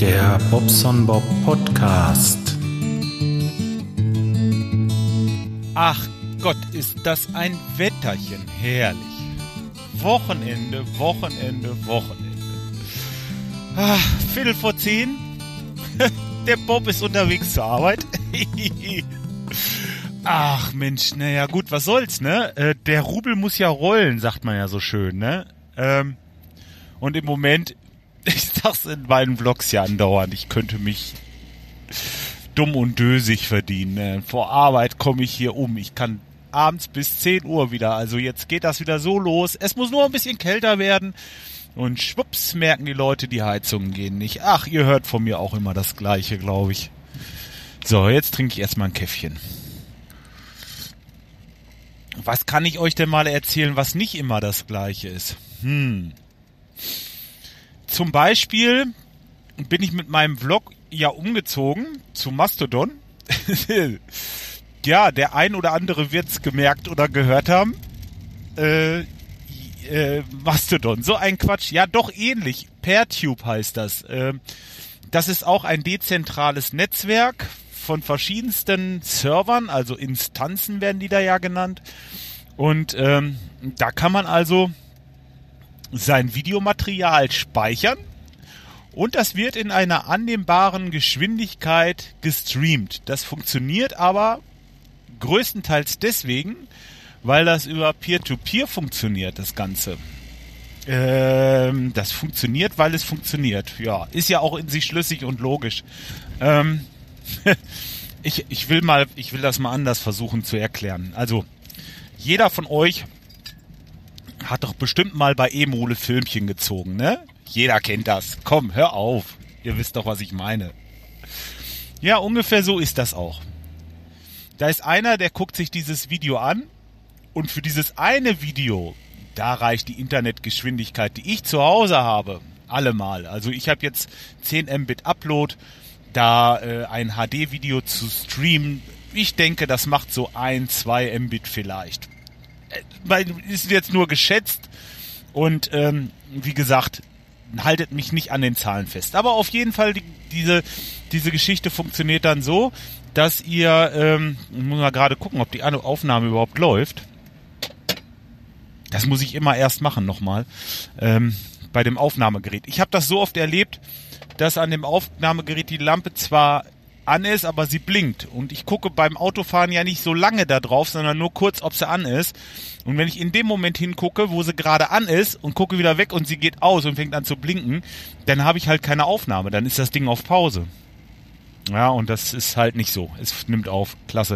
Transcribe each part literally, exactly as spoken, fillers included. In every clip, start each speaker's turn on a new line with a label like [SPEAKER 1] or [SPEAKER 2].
[SPEAKER 1] Der Bobson Bob Podcast.
[SPEAKER 2] Ach Gott, ist das ein Wetterchen, herrlich. Wochenende, Wochenende, Wochenende. Ach, Viertel vor zehn. Der Bob ist unterwegs zur Arbeit. Ach Mensch, naja gut, was soll's, ne? Äh, der Rubel muss ja rollen, sagt man ja so schön, ne? Ähm, und im Moment, ich sag's in meinen Vlogs ja andauernd, ich könnte mich dumm und dösig verdienen. Ne? Vor Arbeit komme ich hier um. Ich kann abends bis zehn Uhr wieder. Also jetzt geht das wieder so los. Es muss nur ein bisschen kälter werden. Und schwupps merken die Leute, die Heizungen gehen nicht. Ach, ihr hört von mir auch immer das Gleiche, glaube ich. So, jetzt trinke ich erstmal ein Käffchen. Was kann ich euch denn mal erzählen, was nicht immer das Gleiche ist? Hm. Zum Beispiel bin ich mit meinem Vlog ja umgezogen zu Mastodon. Ja, der ein oder andere wird's gemerkt oder gehört haben. Äh, äh, Mastodon, so ein Quatsch. Ja, doch ähnlich. Peertube heißt das. Äh, das ist auch ein dezentrales Netzwerk von verschiedensten Servern, also Instanzen werden die da ja genannt. Und ähm, da kann man also sein Videomaterial speichern und das wird in einer annehmbaren Geschwindigkeit gestreamt. Das funktioniert aber größtenteils deswegen, weil das über Peer-to-Peer funktioniert, das Ganze. Ähm, das funktioniert, weil es funktioniert. Ja, ist ja auch in sich schlüssig und logisch. Ähm, ich, ich will mal, ich will das mal anders versuchen zu erklären. Also, jeder von euch hat doch bestimmt mal bei Emule Filmchen gezogen, ne? Jeder kennt das. Komm, hör auf. Ihr wisst doch, was ich meine. Ja, ungefähr so ist das auch. Da ist einer, der guckt sich dieses Video an und für dieses eine Video, da reicht die Internetgeschwindigkeit, die ich zu Hause habe, allemal. Also ich habe jetzt zehn Mbit Upload, da äh, ein H D-Video zu streamen. Ich denke, das macht so ein, zwei Mbit vielleicht. Äh, ist jetzt nur geschätzt und ähm, wie gesagt, haltet mich nicht an den Zahlen fest. Aber auf jeden Fall, die, diese, diese Geschichte funktioniert dann so, dass ihr, ähm, ich muss mal gerade gucken, ob die Aufnahme überhaupt läuft. Das muss ich immer erst machen nochmal, ähm, bei dem Aufnahmegerät. Ich habe das so oft erlebt, dass an dem Aufnahmegerät die Lampe zwar an ist, aber sie blinkt. Und ich gucke beim Autofahren ja nicht so lange da drauf, sondern nur kurz, ob sie an ist. Und wenn ich in dem Moment hingucke, wo sie gerade an ist und gucke wieder weg und sie geht aus und fängt an zu blinken, dann habe ich halt keine Aufnahme. Dann ist das Ding auf Pause. Ja, und das ist halt nicht so. Es nimmt auf. Klasse.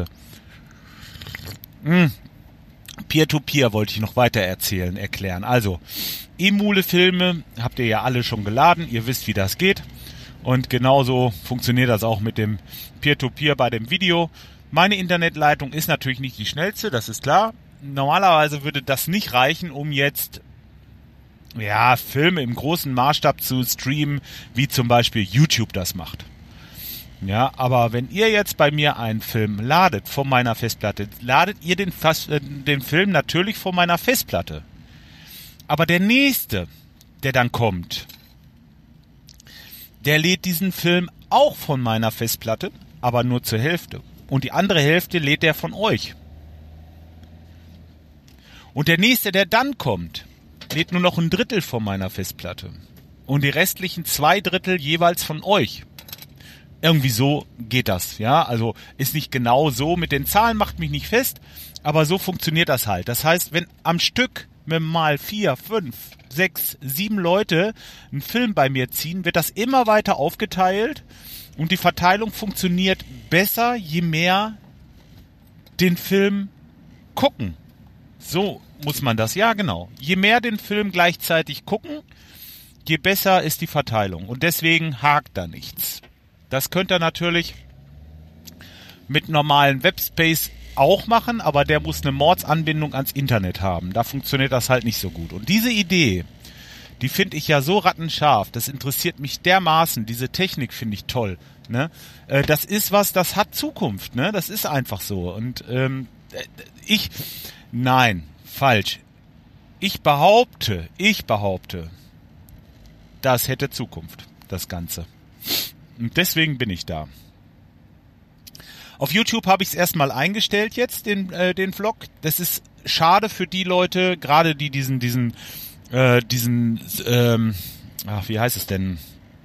[SPEAKER 2] Hm. Peer-to-Peer wollte ich noch weiter erzählen, erklären. Also, Emule-Filme habt ihr ja alle schon geladen. Ihr wisst, wie das geht. Und genauso funktioniert das auch mit dem Peer-to-Peer bei dem Video. Meine Internetleitung ist natürlich nicht die schnellste, das ist klar. Normalerweise würde das nicht reichen, um jetzt ja Filme im großen Maßstab zu streamen, wie zum Beispiel YouTube das macht. Ja, aber wenn ihr jetzt bei mir einen Film ladet von meiner Festplatte, ladet ihr den, äh, den Film natürlich von meiner Festplatte. Aber der nächste, der dann kommt, der lädt diesen Film auch von meiner Festplatte, aber nur zur Hälfte. Und die andere Hälfte lädt er von euch. Und der nächste, der dann kommt, lädt nur noch ein Drittel von meiner Festplatte. Und die restlichen zwei Drittel jeweils von euch. Irgendwie so geht das, ja. Also ist nicht genau so, mit den Zahlen macht mich nicht fest, aber so funktioniert das halt. Das heißt, wenn am Stück mit mal vier, fünf, sechs, sieben Leute einen Film bei mir ziehen, wird das immer weiter aufgeteilt und die Verteilung funktioniert besser, je mehr den Film gucken. So muss man das, ja genau. Je mehr den Film gleichzeitig gucken, je besser ist die Verteilung und deswegen hakt da nichts. Das könnt ihr natürlich mit normalen Webspace auch machen, aber der muss eine Mordsanbindung ans Internet haben. Da funktioniert das halt nicht so gut. Und diese Idee, die finde ich ja so rattenscharf. Das interessiert mich dermaßen. Diese Technik finde ich toll. Ne? Äh, das ist was, das hat Zukunft. Ne? Das ist einfach so. Und ähm, ich, nein, falsch. Ich behaupte, ich behaupte, das hätte Zukunft, das Ganze. Und deswegen bin ich da. Auf YouTube habe ich es erstmal eingestellt jetzt, den, äh, den Vlog. Das ist schade für die Leute, gerade die diesen, diesen, äh, diesen, ähm, ach, wie heißt es denn?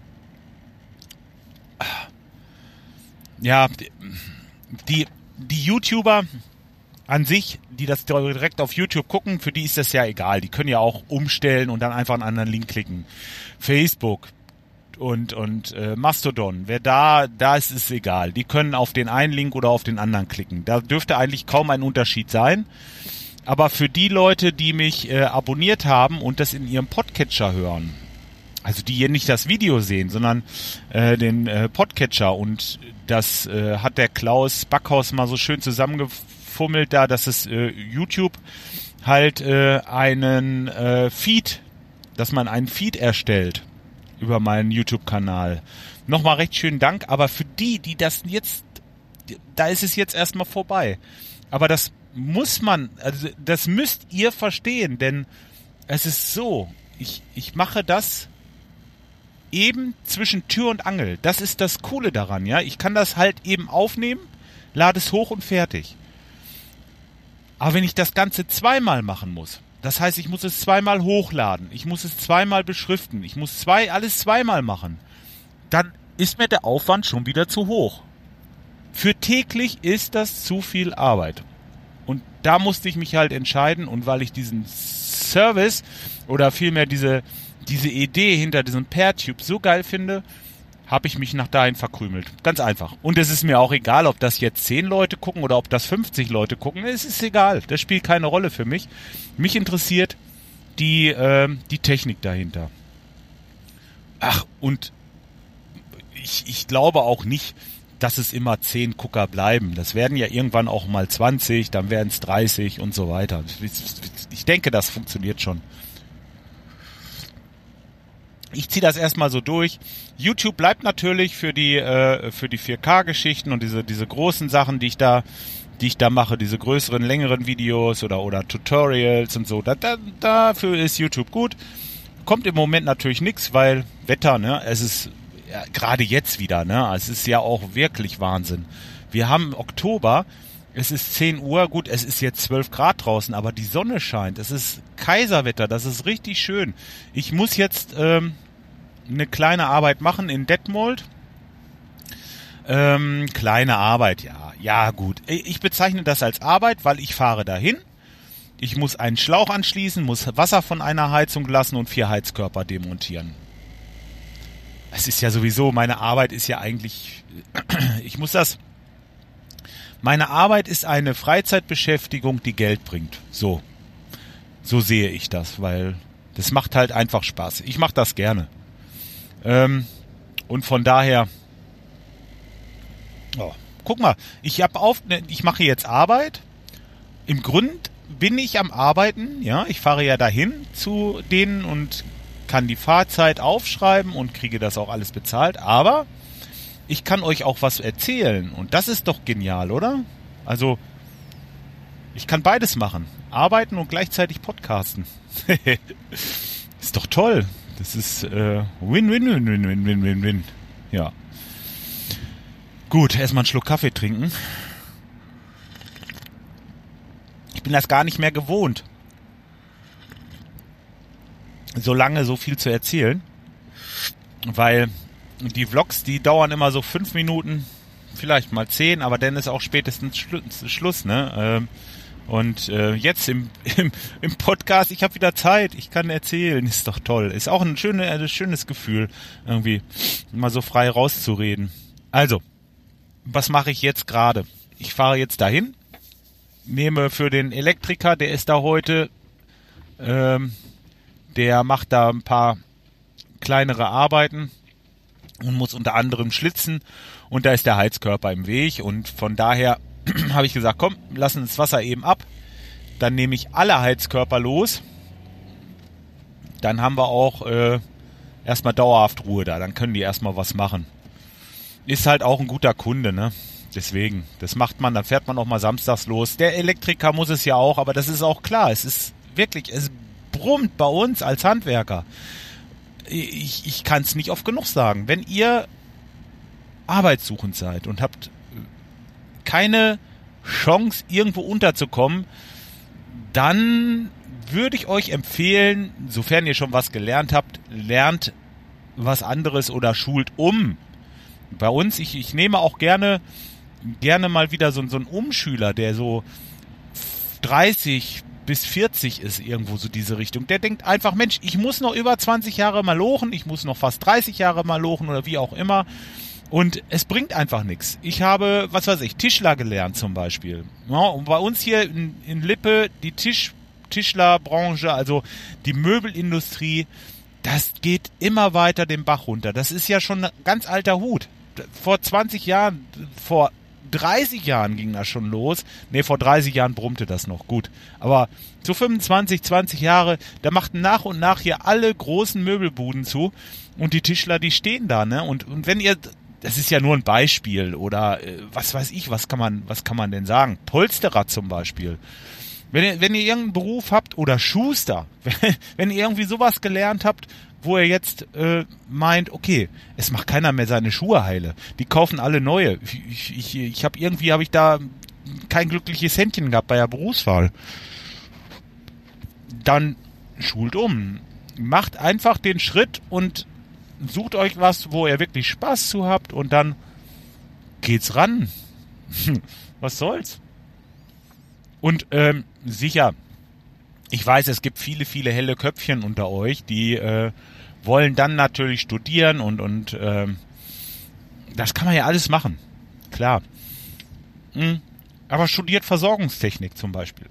[SPEAKER 2] Ja, die, die YouTuber an sich, die das direkt auf YouTube gucken, für die ist das ja egal. Die können ja auch umstellen und dann einfach einen anderen Link klicken. Facebook und und äh, Mastodon, wer da, da ist es egal. Die können auf den einen Link oder auf den anderen klicken. Da dürfte eigentlich kaum ein Unterschied sein. Aber für die Leute, die mich äh, abonniert haben und das in ihrem Podcatcher hören, also die hier nicht das Video sehen, sondern äh, den äh, Podcatcher, und das äh, hat der Klaus Backhaus mal so schön zusammengefummelt da, dass es äh, YouTube halt äh, einen äh, Feed, dass man einen Feed erstellt über meinen YouTube-Kanal. Nochmal recht schönen Dank, aber für die, die das jetzt, da ist es jetzt erstmal vorbei. Aber das muss man, also das müsst ihr verstehen, denn es ist so, ich, ich mache das eben zwischen Tür und Angel. Das ist das Coole daran, ja. Ich kann das halt eben aufnehmen, lade es hoch und fertig. Aber wenn ich das Ganze zweimal machen muss, das heißt, ich muss es zweimal hochladen, ich muss es zweimal beschriften, ich muss zwei, alles zweimal machen, dann ist mir der Aufwand schon wieder zu hoch. Für täglich ist das zu viel Arbeit. Und da musste ich mich halt entscheiden, und weil ich diesen Service oder vielmehr diese, diese Idee hinter diesem PeerTube so geil finde, habe ich mich nach dahin verkrümelt. Ganz einfach. Und es ist mir auch egal, ob das jetzt zehn Leute gucken oder ob das fünfzig Leute gucken. Es ist egal. Das spielt keine Rolle für mich. Mich interessiert die, äh, die Technik dahinter. Ach, und ich, ich glaube auch nicht, dass es immer zehn Gucker bleiben. Das werden ja irgendwann auch mal zwanzig, dann werden es dreißig und so weiter. Ich denke, das funktioniert schon. Ich ziehe das erstmal so durch. YouTube bleibt natürlich für die äh, für die vier K-Geschichten und diese diese großen Sachen, die ich da die ich da mache, diese größeren, längeren Videos oder oder Tutorials und so. Da, da, dafür ist YouTube gut. Kommt im Moment natürlich nichts, weil Wetter, ne? Es ist ja, gerade jetzt wieder, ne? Es ist ja auch wirklich Wahnsinn. Wir haben Oktober. Es ist zehn Uhr, gut, es ist jetzt zwölf Grad draußen, aber die Sonne scheint. Es ist Kaiserwetter, das ist richtig schön. Ich muss jetzt ähm, eine kleine Arbeit machen in Detmold. Ähm, kleine Arbeit, ja, ja gut. Ich bezeichne das als Arbeit, weil ich fahre dahin. Ich muss einen Schlauch anschließen, muss Wasser von einer Heizung lassen und vier Heizkörper demontieren. Es ist ja sowieso, meine Arbeit ist ja eigentlich, ich muss das... Meine Arbeit ist eine Freizeitbeschäftigung, die Geld bringt. So. So sehe ich das, weil das macht halt einfach Spaß. Ich mache das gerne. Ähm, und von daher, oh, guck mal, ich habe auf, ich mache jetzt Arbeit. Im Grund bin ich am Arbeiten, ja, ich fahre ja dahin zu denen und kann die Fahrzeit aufschreiben und kriege das auch alles bezahlt, aber ich kann euch auch was erzählen und das ist doch genial, oder? Also, ich kann beides machen. Arbeiten und gleichzeitig podcasten. Ist doch toll. Das ist äh, win, win, win, win, win, win, win, win. Ja. Gut, erstmal einen Schluck Kaffee trinken. Ich bin das gar nicht mehr gewohnt, so lange so viel zu erzählen, weil die Vlogs, die dauern immer so fünf Minuten, vielleicht mal zehn, aber dann ist auch spätestens Schlu- Schluss, ne? Ähm, und äh, jetzt im, im, im Podcast, ich habe wieder Zeit, ich kann erzählen, ist doch toll. Ist auch ein, schöne, ein schönes Gefühl, irgendwie mal so frei rauszureden. Also, was mache ich jetzt gerade? Ich fahre jetzt dahin, nehme für den Elektriker, der ist da heute, ähm, der macht da ein paar kleinere Arbeiten und muss unter anderem schlitzen und da ist der Heizkörper im Weg und von daher habe ich gesagt, komm, lassen das Wasser eben ab, dann nehme ich alle Heizkörper los, dann haben wir auch äh, erstmal dauerhaft Ruhe da, dann können die erstmal was machen. Ist halt auch ein guter Kunde, ne? Deswegen, das macht man, dann fährt man auch mal samstags los. Der Elektriker muss es ja auch, aber das ist auch klar, es ist wirklich, es brummt bei uns als Handwerker. Ich, ich kann es nicht oft genug sagen. Wenn ihr arbeitssuchend seid und habt keine Chance, irgendwo unterzukommen, dann würde ich euch empfehlen, sofern ihr schon was gelernt habt, lernt was anderes oder schult um. Bei uns, ich, ich nehme auch gerne gerne mal wieder so, so einen Umschüler, der so dreißig bis vierzig ist, irgendwo so diese Richtung. Der denkt einfach, Mensch, ich muss noch über zwanzig Jahre mal lochen, ich muss noch fast dreißig Jahre mal lochen oder wie auch immer. Und es bringt einfach nichts. Ich habe, was weiß ich, Tischler gelernt zum Beispiel. Ja, und bei uns hier in, in Lippe, die Tisch, Tischlerbranche, also die Möbelindustrie, das geht immer weiter den Bach runter. Das ist ja schon ein ganz alter Hut. Vor zwanzig Jahren, vor dreißig Jahren ging das schon los. Ne, vor dreißig Jahren brummte das noch gut. Aber so fünfundzwanzig, zwanzig Jahre, da machten nach und nach hier alle großen Möbelbuden zu. Und die Tischler, die stehen da, ne? Und, und wenn ihr, das ist ja nur ein Beispiel oder äh, was weiß ich, was kann man, was kann man denn sagen? Polsterer zum Beispiel. Wenn ihr, wenn ihr irgendeinen Beruf habt oder Schuster, wenn ihr irgendwie sowas gelernt habt, wo ihr jetzt äh, meint, okay, es macht keiner mehr seine Schuhe heile. Die kaufen alle neue. Ich, ich, ich habe irgendwie, habe ich da kein glückliches Händchen gehabt bei der Berufswahl. Dann schult um. Macht einfach den Schritt und sucht euch was, wo ihr wirklich Spaß zu habt und dann geht's ran. Was soll's? Und ähm, sicher, ich weiß, es gibt viele, viele helle Köpfchen unter euch, die äh, wollen dann natürlich studieren und, und ähm, das kann man ja alles machen. Klar. Hm. Aber studiert Versorgungstechnik zum Beispiel.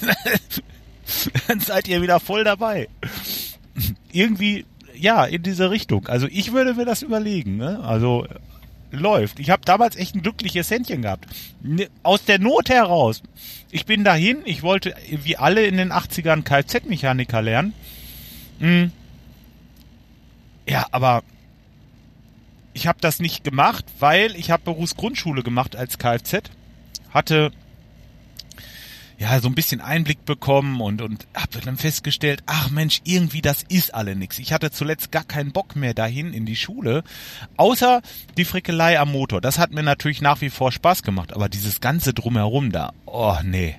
[SPEAKER 2] Dann seid ihr wieder voll dabei. Irgendwie, ja, in diese Richtung. Also ich würde mir das überlegen. Ne? Also läuft. Ich habe damals echt ein glückliches Händchen gehabt. Aus der Not heraus. Ich bin dahin, ich wollte wie alle in den achtzigern Kfz-Mechaniker lernen. Hm. Ja, aber ich habe das nicht gemacht, weil ich habe Berufsgrundschule gemacht als Kfz. Hatte ja so ein bisschen Einblick bekommen und, und habe dann festgestellt, ach Mensch, irgendwie das ist alle nix. Ich hatte zuletzt gar keinen Bock mehr dahin in die Schule, außer die Frickelei am Motor. Das hat mir natürlich nach wie vor Spaß gemacht, aber dieses ganze Drumherum da, oh nee.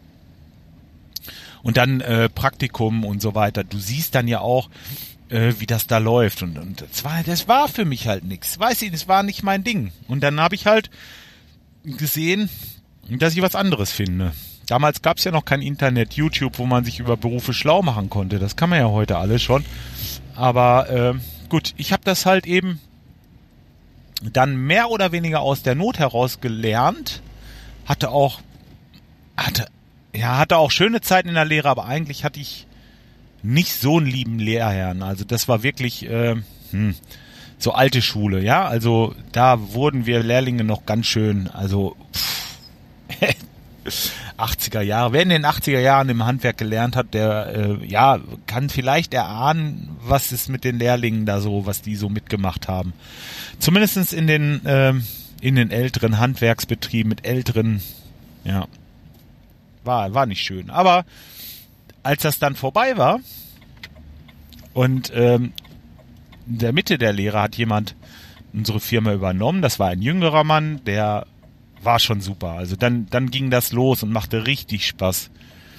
[SPEAKER 2] Und dann äh, Praktikum und so weiter. Du siehst dann ja auch, äh, wie das da läuft. Und, und das war, das war für mich halt nix. Weiß ich, das war nicht mein Ding. Und dann habe ich halt gesehen, dass ich was anderes finde. Damals gab es ja noch kein Internet, YouTube, wo man sich über Berufe schlau machen konnte. Das kann man ja heute alles schon. Aber äh, gut, ich habe das halt eben dann mehr oder weniger aus der Not heraus gelernt. Hatte auch, hatte, ja, hatte auch schöne Zeiten in der Lehre, aber eigentlich hatte ich nicht so einen lieben Lehrherrn. Also das war wirklich äh, hm, so alte Schule, ja. Also da wurden wir Lehrlinge noch ganz schön, also pff, achtziger Jahre. Wer in den achtziger Jahren im Handwerk gelernt hat, der äh, ja kann vielleicht erahnen, was ist mit den Lehrlingen da so, was die so mitgemacht haben. Zumindest in den äh, in den älteren Handwerksbetrieben mit älteren, ja, war war nicht schön. Aber als das dann vorbei war und ähm, in der Mitte der Lehre hat jemand unsere Firma übernommen. Das war ein jüngerer Mann, der war schon super. Also dann, dann ging das los und machte richtig Spaß.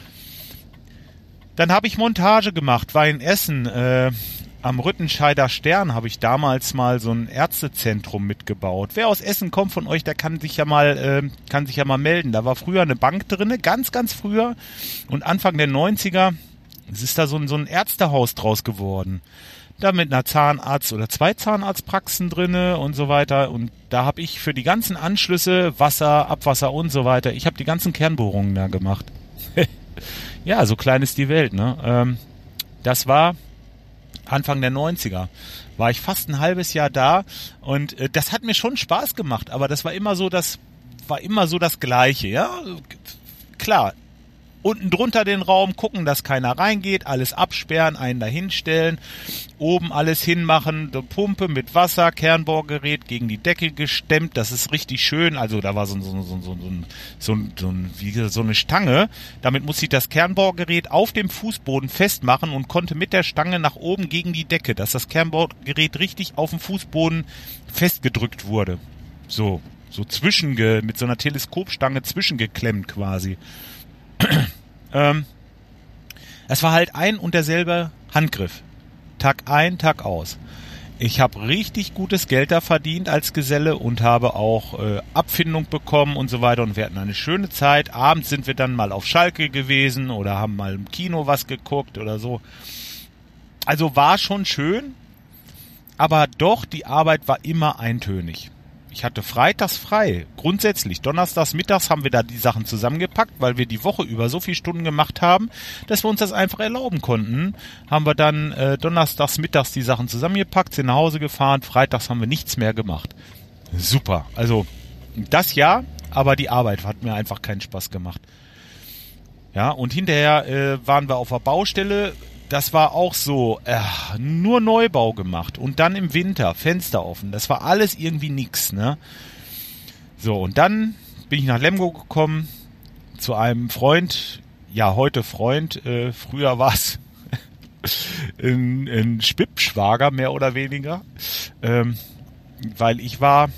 [SPEAKER 2] Dann habe ich Montage gemacht, war in Essen. Äh, am Rüttenscheider Stern habe ich damals mal so ein Ärztezentrum mitgebaut. Wer aus Essen kommt von euch, der kann sich ja mal, äh, kann sich ja mal melden. Da war früher eine Bank drinne, ganz, ganz früher. Und Anfang der neunziger ist da so ein, so ein Ärztehaus draus geworden. Da mit einer Zahnarzt- oder zwei Zahnarztpraxen drinne und so weiter. Und da habe ich für die ganzen Anschlüsse, Wasser, Abwasser und so weiter, ich habe die ganzen Kernbohrungen da gemacht. Ja, so klein ist die Welt, ne? Ähm, das war Anfang der neunziger. War ich fast ein halbes Jahr da und äh, das hat mir schon Spaß gemacht, aber das war immer so das, war immer so das Gleiche, ja? Klar. Unten drunter den Raum, gucken, dass keiner reingeht, alles absperren, einen dahinstellen, oben alles hinmachen, eine Pumpe mit Wasser, Kernbohrgerät gegen die Decke gestemmt, das ist richtig schön, also da war so, so, so, so, so, so, so, wie so eine Stange, damit musste ich das Kernbohrgerät auf dem Fußboden festmachen und konnte mit der Stange nach oben gegen die Decke, dass das Kernbohrgerät richtig auf dem Fußboden festgedrückt wurde. so, so zwischenge, mit so einer Teleskopstange zwischengeklemmt quasi. ähm, es war halt ein und derselbe Handgriff. Tag ein, Tag aus. Ich habe richtig gutes Geld da verdient als Geselle und habe auch äh, Abfindung bekommen und so weiter. Und wir hatten eine schöne Zeit. Abends sind wir dann mal auf Schalke gewesen oder haben mal im Kino was geguckt oder so. Also war schon schön, aber doch, die Arbeit war immer eintönig. Ich hatte freitags frei, grundsätzlich. Donnerstags mittags haben wir da die Sachen zusammengepackt, weil wir die Woche über so viele Stunden gemacht haben, dass wir uns das einfach erlauben konnten. Haben wir dann äh, donnerstags mittags die Sachen zusammengepackt, sind nach Hause gefahren, freitags haben wir nichts mehr gemacht. Super, also das ja, aber die Arbeit hat mir einfach keinen Spaß gemacht. Ja, und hinterher äh, waren wir auf der Baustelle. Das war auch so, äh, nur Neubau gemacht und dann im Winter, Fenster offen. Das war alles irgendwie nix, ne? So, und dann bin ich nach Lemgo gekommen zu einem Freund, ja, heute Freund, äh, früher war es ein, ein Schwippschwager, mehr oder weniger, ähm, weil ich war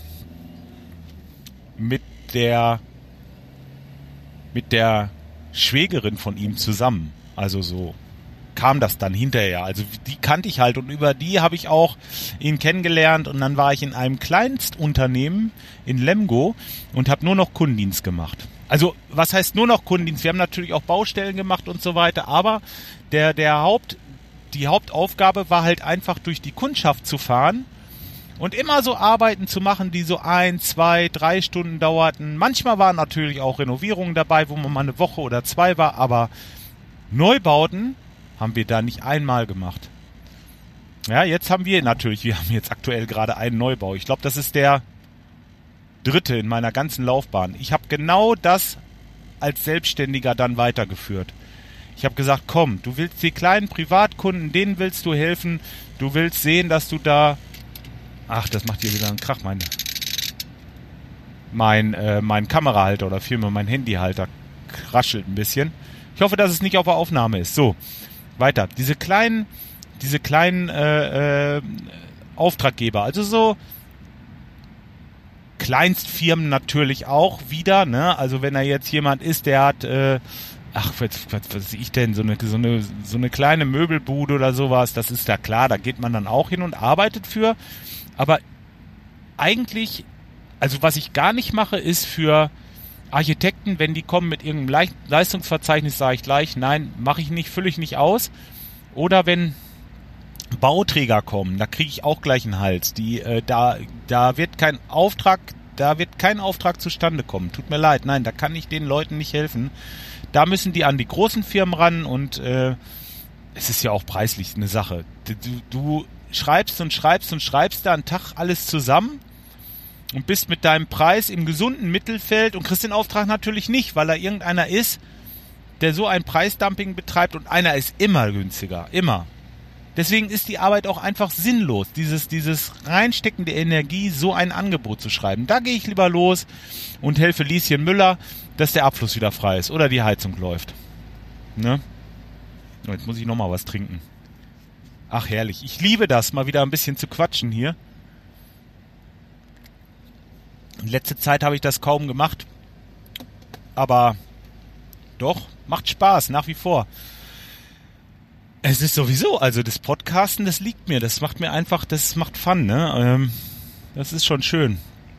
[SPEAKER 2] mit der, mit der Schwägerin von ihm zusammen, also so kam das dann hinterher. Also die kannte ich halt und über die habe ich auch ihn kennengelernt und dann war ich in einem Kleinstunternehmen in Lemgo und habe nur noch Kundendienst gemacht. Also was heißt nur noch Kundendienst? Wir haben natürlich auch Baustellen gemacht und so weiter, aber der, der Haupt, die Hauptaufgabe war halt einfach durch die Kundschaft zu fahren und immer so Arbeiten zu machen, die so ein, zwei, drei Stunden dauerten. Manchmal waren natürlich auch Renovierungen dabei, wo man mal eine Woche oder zwei war, aber Neubauten haben wir da nicht einmal gemacht. Ja, jetzt haben wir natürlich, wir haben jetzt aktuell gerade einen Neubau. Ich glaube, das ist der dritte in meiner ganzen Laufbahn. Ich habe genau das als Selbstständiger dann weitergeführt. Ich habe gesagt, komm, du willst die kleinen Privatkunden, denen willst du helfen. Du willst sehen, dass du da... Ach, das macht hier wieder einen Krach, mein, mein, äh, mein Kamerahalter oder vielmehr mein Handyhalter kraschelt ein bisschen. Ich hoffe, dass es nicht auf der Aufnahme ist. So. Weiter. Diese kleinen, diese kleinen äh, äh, Auftraggeber, also so Kleinstfirmen natürlich auch wieder, ne? Also wenn da jetzt jemand ist, der hat, äh, ach, was, was, was weiß ich denn, so eine, so eine, so eine kleine Möbelbude oder sowas, das ist ja klar, da geht man dann auch hin und arbeitet für. Aber eigentlich, also was ich gar nicht mache, ist für Architekten, wenn die kommen mit irgendeinem Le- Leistungsverzeichnis, sage ich gleich, nein, mache ich nicht, fülle ich nicht aus. Oder wenn Bauträger kommen, da kriege ich auch gleich einen Hals. Die, äh, da, da wird kein Auftrag, da wird kein Auftrag zustande kommen. Tut mir leid, nein, da kann ich den Leuten nicht helfen. Da müssen die an die großen Firmen ran und äh, es ist ja auch preislich eine Sache. Du, du schreibst und schreibst und schreibst da einen Tag alles zusammen und bist mit deinem Preis im gesunden Mittelfeld und kriegst den Auftrag natürlich nicht, weil da irgendeiner ist, der so ein Preisdumping betreibt und einer ist immer günstiger, immer. Deswegen ist die Arbeit auch einfach sinnlos, dieses, dieses Reinstecken der Energie, so ein Angebot zu schreiben. Da gehe ich lieber los und helfe Lieschen Müller, dass der Abfluss wieder frei ist oder die Heizung läuft. Ne? Jetzt muss ich nochmal was trinken. Ach herrlich, ich liebe das, mal wieder ein bisschen zu quatschen hier. In letzter Zeit habe ich das kaum gemacht, aber doch, macht Spaß, nach wie vor. Es ist sowieso, also das Podcasten, das liegt mir, das macht mir einfach, das macht Fun, ne? Ähm, das ist schon schön.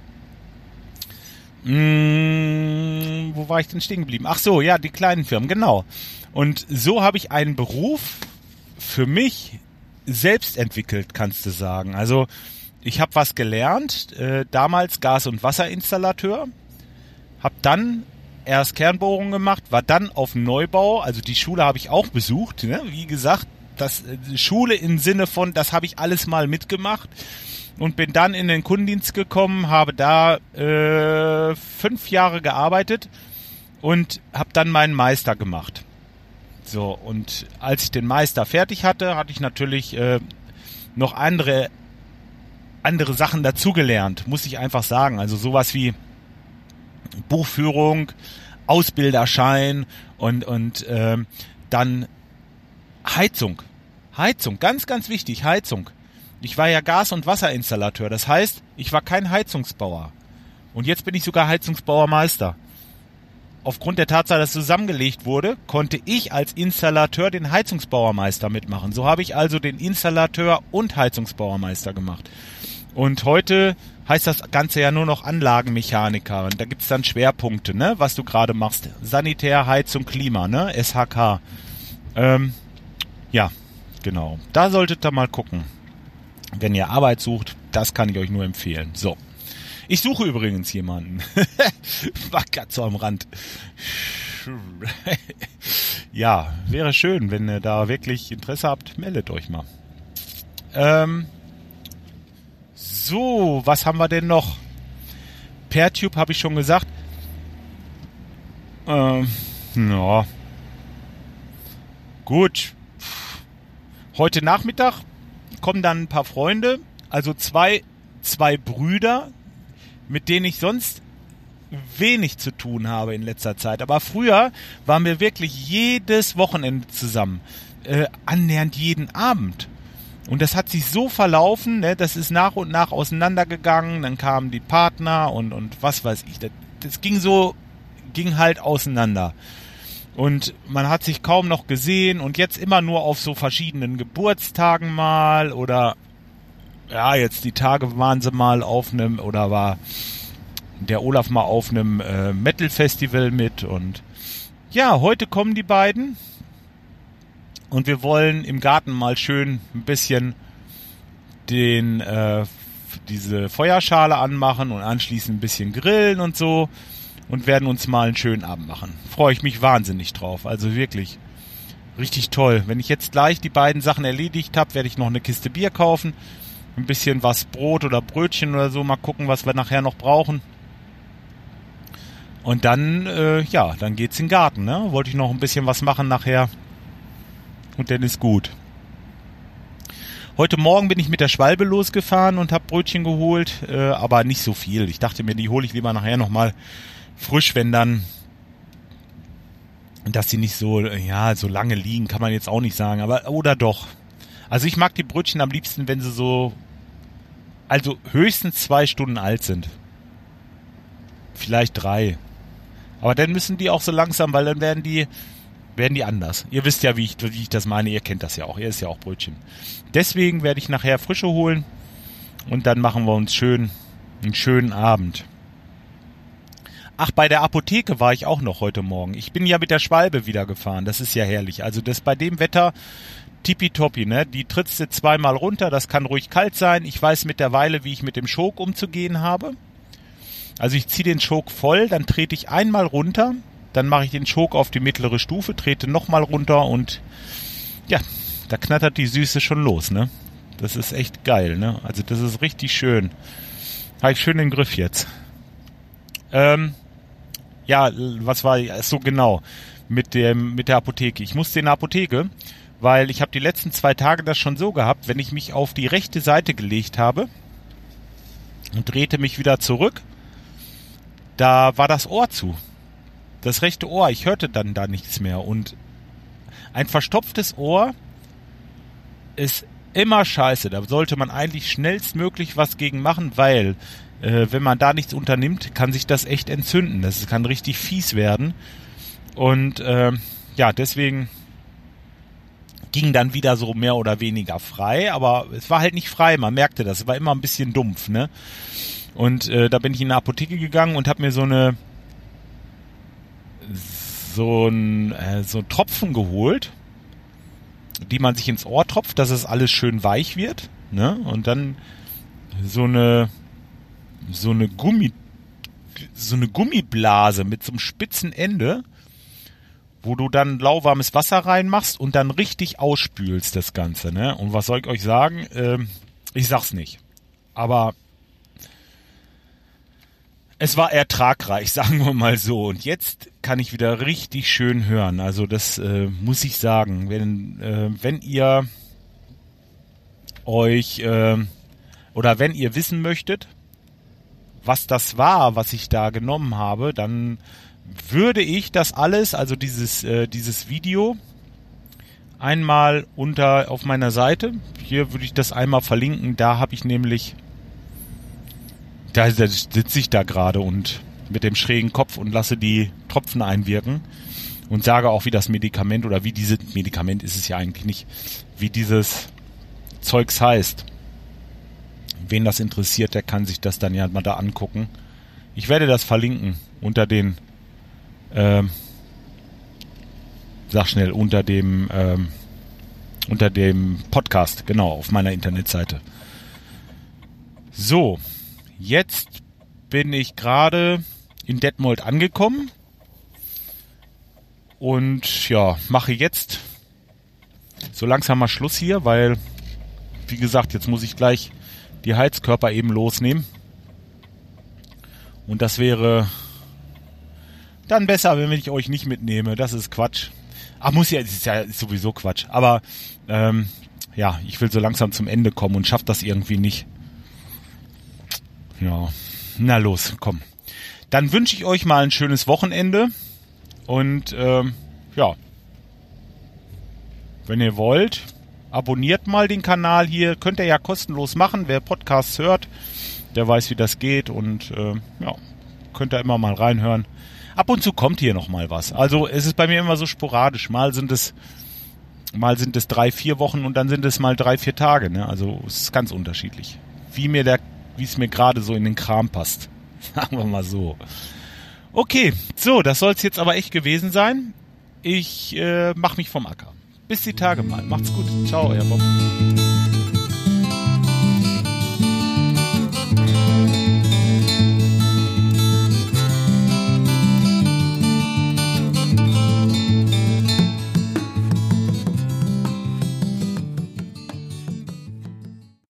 [SPEAKER 2] Hm, wo war ich denn stehen geblieben? Ach so, ja, die kleinen Firmen, genau. Und so habe ich einen Beruf für mich selbst entwickelt, kannst du sagen. Also ich habe was gelernt, äh, damals Gas- und Wasserinstallateur, habe dann erst Kernbohrung gemacht, war dann auf Neubau, also die Schule habe ich auch besucht, ne? Wie gesagt, das äh, Schule im Sinne von, das habe ich alles mal mitgemacht und bin dann in den Kundendienst gekommen, habe da äh, fünf Jahre gearbeitet und habe dann meinen Meister gemacht. So, und als ich den Meister fertig hatte, hatte ich natürlich äh, noch andere andere Sachen dazugelernt, muss ich einfach sagen. Also sowas wie Buchführung, Ausbilderschein und und ähm, dann Heizung. Heizung, ganz, ganz wichtig, Heizung. Ich war ja Gas- und Wasserinstallateur, das heißt, ich war kein Heizungsbauer. Und jetzt bin ich sogar Heizungsbauermeister. Aufgrund der Tatsache, dass es zusammengelegt wurde, konnte ich als Installateur den Heizungsbauermeister mitmachen. So habe ich also den Installateur und Heizungsbauermeister gemacht. Und heute heißt das Ganze ja nur noch Anlagenmechaniker. Und da gibt es dann Schwerpunkte, ne, was du gerade machst. Sanitär, Heizung, Klima, ne, S H K. Ähm, ja, genau. Da solltet ihr mal gucken. Wenn ihr Arbeit sucht, das kann ich euch nur empfehlen. So. Ich suche übrigens jemanden. War ganz so am Rand. Ja, wäre schön, wenn ihr da wirklich Interesse habt, meldet euch mal. Ähm, so, was haben wir denn noch? Peertube habe ich schon gesagt. Ähm, ja. Gut. Heute Nachmittag kommen dann ein paar Freunde, also zwei, zwei Brüder, mit denen ich sonst wenig zu tun habe in letzter Zeit. Aber früher waren wir wirklich jedes Wochenende zusammen. Äh, annähernd jeden Abend. Und das hat sich so verlaufen, ne, das ist nach und nach auseinandergegangen. Dann kamen die Partner und, und was weiß ich. Das, das ging so, ging halt auseinander. Und man hat sich kaum noch gesehen und jetzt immer nur auf so verschiedenen Geburtstagen mal oder ja, jetzt die Tage waren sie mal auf einem, oder war der Olaf mal auf einem äh, Metal-Festival mit und ja, heute kommen die beiden und wir wollen im Garten mal schön ein bisschen den, äh, diese Feuerschale anmachen und anschließend ein bisschen grillen und so und werden uns mal einen schönen Abend machen. Freue ich mich wahnsinnig drauf, also wirklich richtig toll. Wenn ich jetzt gleich die beiden Sachen erledigt habe, werde ich noch eine Kiste Bier kaufen. Ein bisschen was, Brot oder Brötchen oder so, mal gucken, was wir nachher noch brauchen. Und dann, äh, ja, dann geht's in den Garten, ne? Wollte ich noch ein bisschen was machen nachher. Und dann ist gut. Heute Morgen bin ich mit der Schwalbe losgefahren und habe Brötchen geholt, äh, aber nicht so viel. Ich dachte mir, die hole ich lieber nachher nochmal frisch, wenn dann, dass die nicht so, ja, so lange liegen, kann man jetzt auch nicht sagen, aber, oder doch. Also ich mag die Brötchen am liebsten, wenn sie so, also höchstens zwei Stunden alt sind. Vielleicht drei. Aber dann müssen die auch so langsam, weil dann werden die, werden die anders. Ihr wisst ja, wie ich, wie ich das meine, ihr kennt das ja auch, ihr isst ja auch Brötchen. Deswegen werde ich nachher frische holen und dann machen wir uns schön, einen schönen Abend. Ach, bei der Apotheke war ich auch noch heute Morgen. Ich bin ja mit der Schwalbe wieder gefahren, das ist ja herrlich. Also das bei dem Wetter tippitoppi, ne? Die trittst du zweimal runter, das kann ruhig kalt sein. Ich weiß mittlerweile, wie ich mit dem Schok umzugehen habe. Also ich ziehe den Schok voll, dann trete ich einmal runter, dann mache ich den Schok auf die mittlere Stufe, trete nochmal runter und ja, da knattert die Süße schon los, ne? Das ist echt geil, ne? Also das ist richtig schön. Habe ich schön den Griff jetzt. Ähm, ja, was war so genau mit dem mit der Apotheke? Ich musste in der Apotheke, weil ich habe die letzten zwei Tage das schon so gehabt, wenn ich mich auf die rechte Seite gelegt habe und drehte mich wieder zurück, da war das Ohr zu. Das rechte Ohr, ich hörte dann da nichts mehr. Und ein verstopftes Ohr ist immer scheiße. Da sollte man eigentlich schnellstmöglich was gegen machen, weil äh, wenn man da nichts unternimmt, kann sich das echt entzünden. Das kann richtig fies werden. Und äh, ja, deswegen ging dann wieder so mehr oder weniger frei, aber es war halt nicht frei, man merkte das, es war immer ein bisschen dumpf, ne? Und äh, da bin ich in eine Apotheke gegangen und habe mir so eine so ein äh, so Tropfen geholt, die man sich ins Ohr tropft, dass es alles schön weich wird, ne? Und dann so eine so eine Gummi so eine Gummiblase mit so einem spitzen Ende, wo du dann lauwarmes Wasser reinmachst und dann richtig ausspülst das Ganze, ne? Und was soll ich euch sagen? Ähm, ich sag's nicht. Aber es war ertragreich, sagen wir mal so. Und jetzt kann ich wieder richtig schön hören. Also das äh, muss ich sagen. Wenn, äh, wenn ihr euch äh, oder wenn ihr wissen möchtet, was das war, was ich da genommen habe, dann würde ich das alles, also dieses äh, dieses Video, einmal unter auf meiner Seite, hier würde ich das einmal verlinken, da habe ich nämlich da, da sitze ich da gerade und mit dem schrägen Kopf und lasse die Tropfen einwirken und sage auch, wie das Medikament oder wie dieses Medikament ist es ja eigentlich nicht, wie dieses Zeugs heißt. Wen das interessiert, der kann sich das dann ja mal da angucken. Ich werde das verlinken unter den, ähm, sag schnell, unter dem, ähm, unter dem Podcast, genau, auf meiner Internetseite. So, jetzt bin ich gerade in Detmold angekommen und ja, mache jetzt so langsam mal Schluss hier, weil, wie gesagt, jetzt muss ich gleich die Heizkörper eben losnehmen. Und das wäre dann besser, wenn ich euch nicht mitnehme. Das ist Quatsch. Ach, muss ja, ist ja ist sowieso Quatsch. Aber ähm, ja, ich will so langsam zum Ende kommen und schaff das irgendwie nicht. Ja, na los, komm. Dann wünsche ich euch mal ein schönes Wochenende. Und ähm, ja, wenn ihr wollt, abonniert mal den Kanal hier. Könnt ihr ja kostenlos machen. Wer Podcasts hört, der weiß, wie das geht. Und äh, ja, könnt ihr immer mal reinhören. Ab und zu kommt hier noch mal was. Also es ist bei mir immer so sporadisch. Mal sind es mal sind es drei, vier Wochen und dann sind es mal drei, vier Tage. Ne? Also es ist ganz unterschiedlich. Wie mir der, wie es mir gerade so in den Kram passt. Sagen wir mal so. Okay, so, das soll es jetzt aber echt gewesen sein. Ich äh, mach mich vom Acker. Bis die Tage mal. Macht's gut. Ciao, euer Bob.